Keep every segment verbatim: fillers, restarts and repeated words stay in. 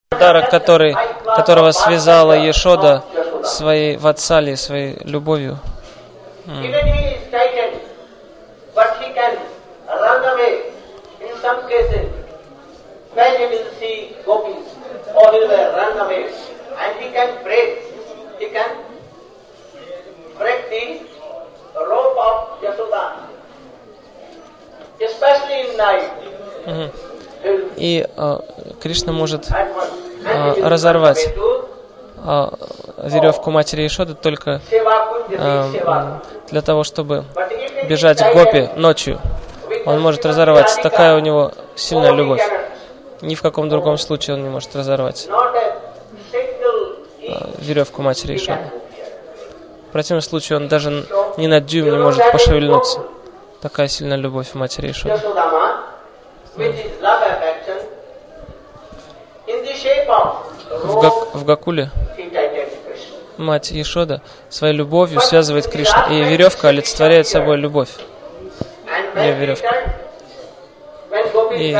подарок, который, которого связала Ешода своей ватсалией, своей любовью. Mm-hmm. И э, Кришна может э, разорвать э, веревку матери Ешоды только э, для того, чтобы бежать к гопи ночью. Он может разорвать. Такая у него сильная любовь. Ни в каком другом случае он не может разорвать э, веревку матери Ешоды. В противном случае он даже ни на дюйм не может пошевельнуться. Такая сильная любовь в матери Ешоды. В, Гак, в Гакуле мать Ешода своей любовью связывает Кришну, и веревка олицетворяет собой любовь. Ее веревка. И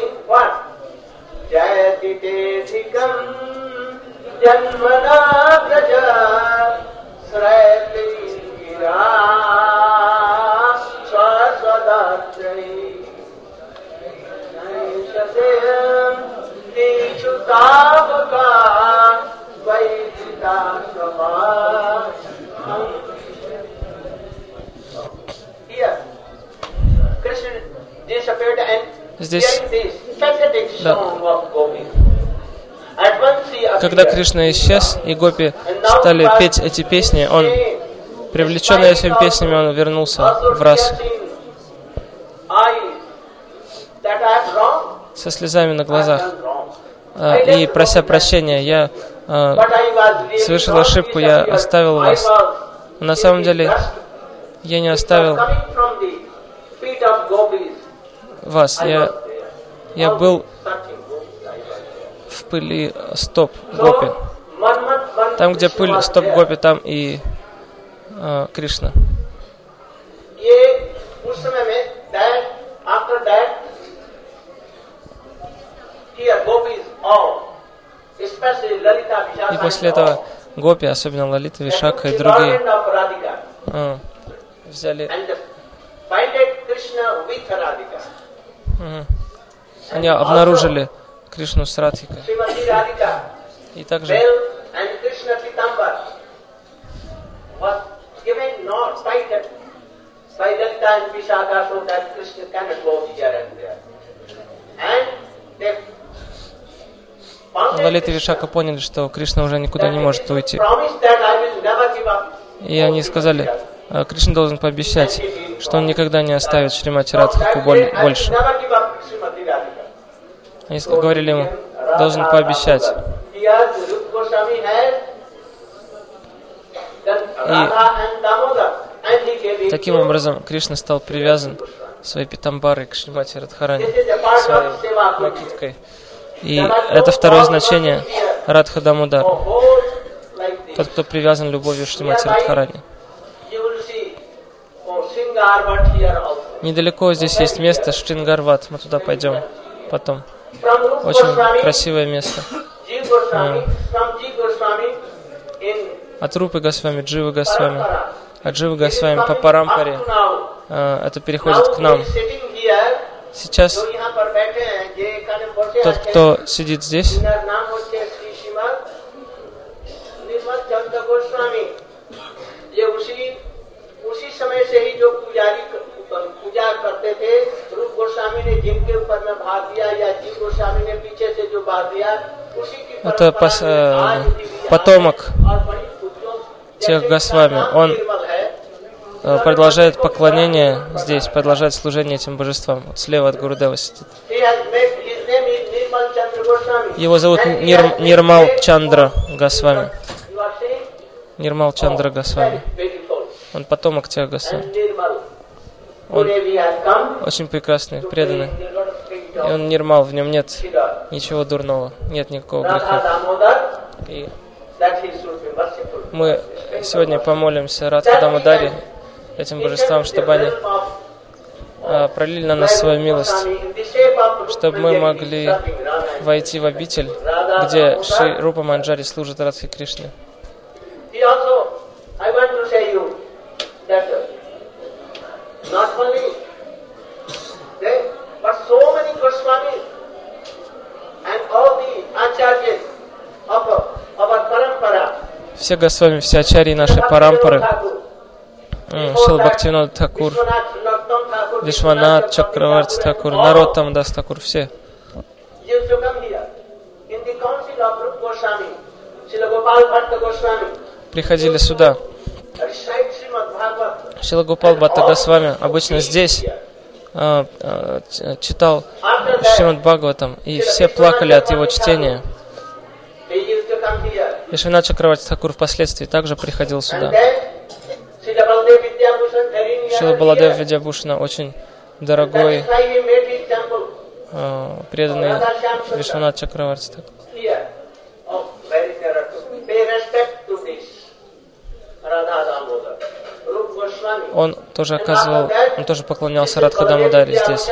здесь, да. Когда Кришна исчез, и гопи стали петь эти песни, он, привлеченный этими песнями, он вернулся в рас. Со слезами на глазах. И прося прощения, я э, совершил ошибку, я оставил вас. Но на самом деле, я не оставил вас. Я, я был в пыли стоп гопи. Там, где пыль стоп гопи, там и э, Кришна. И после этого гопи, особенно Лалита, Вишакха и другие, э, взяли... Угу. Они обнаружили Кришну с Радхикой. И также Лалита и Вишака поняли, что Кришна уже никуда не может уйти. И они сказали, Кришна должен пообещать, что он никогда не оставит Шримати Радхику больше. Они говорили ему, должен пообещать. И таким образом Кришна стал привязан своей питамбарой к Шримати Радхарани, своей накидкой. И это второе значение Радха Дамодар. Тот, кто привязан любовью к Шримати Радхарани. Недалеко здесь есть место Шрингарват. Мы туда пойдем потом. Очень красивое место. От Рупы Госвами, Дживы Госвами. От Дживы Госвами по Парампаре. Это переходит к нам. Сейчас тот, кто сидит здесь, это пос, э, потомок тех Госвами. Он э, продолжает поклонение здесь, продолжает служение этим божествам. Вот слева от Гурудева сидит. Его зовут Нир, Нирмал Чандра Госвами. Нирмал Чандра Госвами. Он потомок тех Госвами. Он очень прекрасный, преданный. И он Нирмал, в нем нет ничего дурного, нет никакого греха. И мы сегодня помолимся Радха Дамодаре, этим божествам, чтобы они а, пролили на нас свою милость, чтобы мы могли войти в обитель где Шри Рупа Манджари служит Радхе Кришне. Все Госвами, все ачарьи нашей парампары, Шрила Бхактивинода Тхакур, Вишванат Чакраварти Тхакур, Нароттам Дас Тхакур, все приходили сюда. Шрила Гопал Бхатта Госвами обычно здесь э, э, читал Шримад Бхагаватам, и все плакали от его чтения. Вишванат Чакраварти Тхакур впоследствии также приходил сюда. Шрила Баладев Видьябхушана, очень дорогой, э, преданный Вишванат Чакраварти Тхакур. Он тоже оказывал, он тоже поклонялся Радха Дамодаре здесь.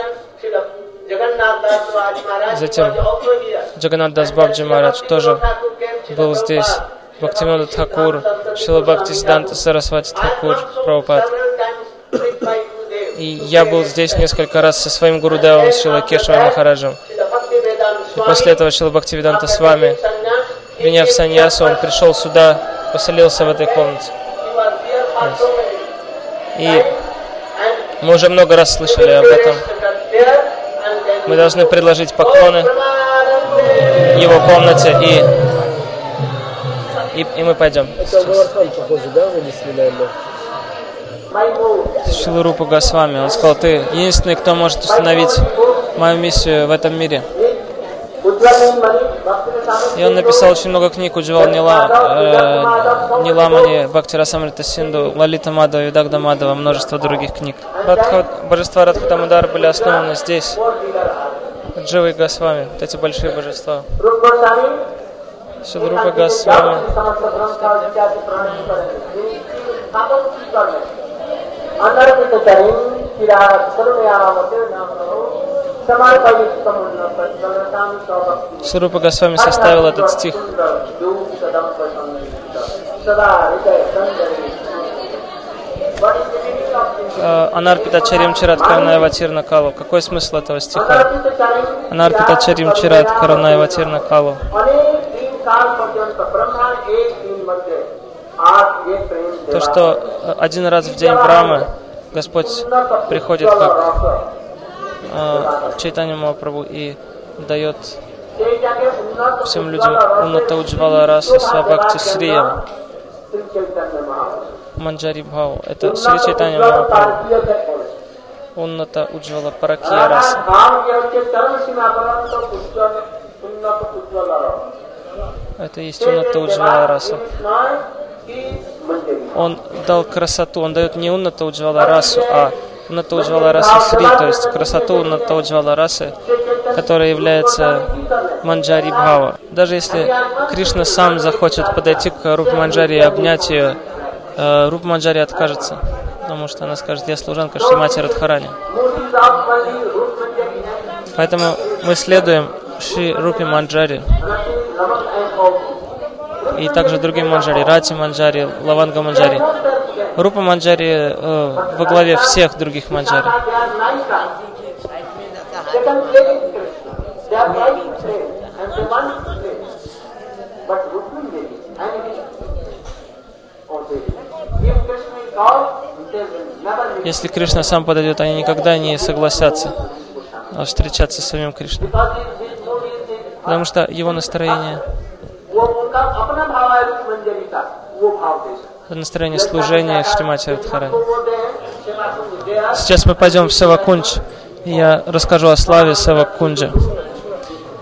Затем Джаганнат Дас Бабджи Махарадж тоже был здесь. Бхактивинода Тхакур, Шрила Бхактисиданта Сарасвати Тхакур, Прабхупад. И я был здесь несколько раз со своим Гурудевом, Шрила Кешава Махараджем. И после этого Шрила Бхактивиданта с вами, приняв саньясу, он пришел сюда, поселился в этой комнате. И мы уже много раз слышали об этом. Мы должны предложить поклоны его комнате, и, и, и мы пойдем. Шрила Рупа Госвами, он сказал: ты единственный, кто может установить мою миссию в этом мире. И он написал очень много книг, Уджвал Нила, э, Ниламани, Бхакти Расамрита Синду, Лалита Мадава, Видагда Мадава, множество других книг. Божества Радха Дамодар были основаны здесь, Джива и Госвами, вот эти большие божества. Шрила Рупа Госвами. Шрила Рупа Госвами составил этот стих. Анарпита Чарим Чират Каранай Ватирна Калу. Какой смысл этого стиха? Анарпита Чарим Чират Каранай Ватирна Калу. То, что один раз в день Брамы Господь приходит как э, Чайтанья Махапрабху и дает всем людям Унната Уджвала Раса Свабхакти Срия Манджари Бхаву. Это Шри Чайтанья Махапрабху. Унната Уджвала Паракия Раса. Это есть Унната Уджвала Раса. Он дал красоту, он дает не Унната Уджвала Расу, а Унната Уджвала Раса Сри, то есть красоту Унната Уджвала Расы, которая является Манджари Бхава. Даже если Кришна сам захочет подойти к Рупе Манджари и обнять ее, Рупа Манджари откажется, потому что она скажет: я служанка Шримати Радхарани. Поэтому мы следуем Шри Рупе Манджари и также другим Манджари, Рати Манджари, Лаванга Манджари. Рупа Манджари э, во главе всех других Манджари. Если Кришна сам подойдет, они никогда не согласятся встречаться с самим Кришной, потому что его настроение это настроение служения Шримати Радхарани. Сейчас мы пойдем в Севакундж, и я расскажу о славе Севакунджа.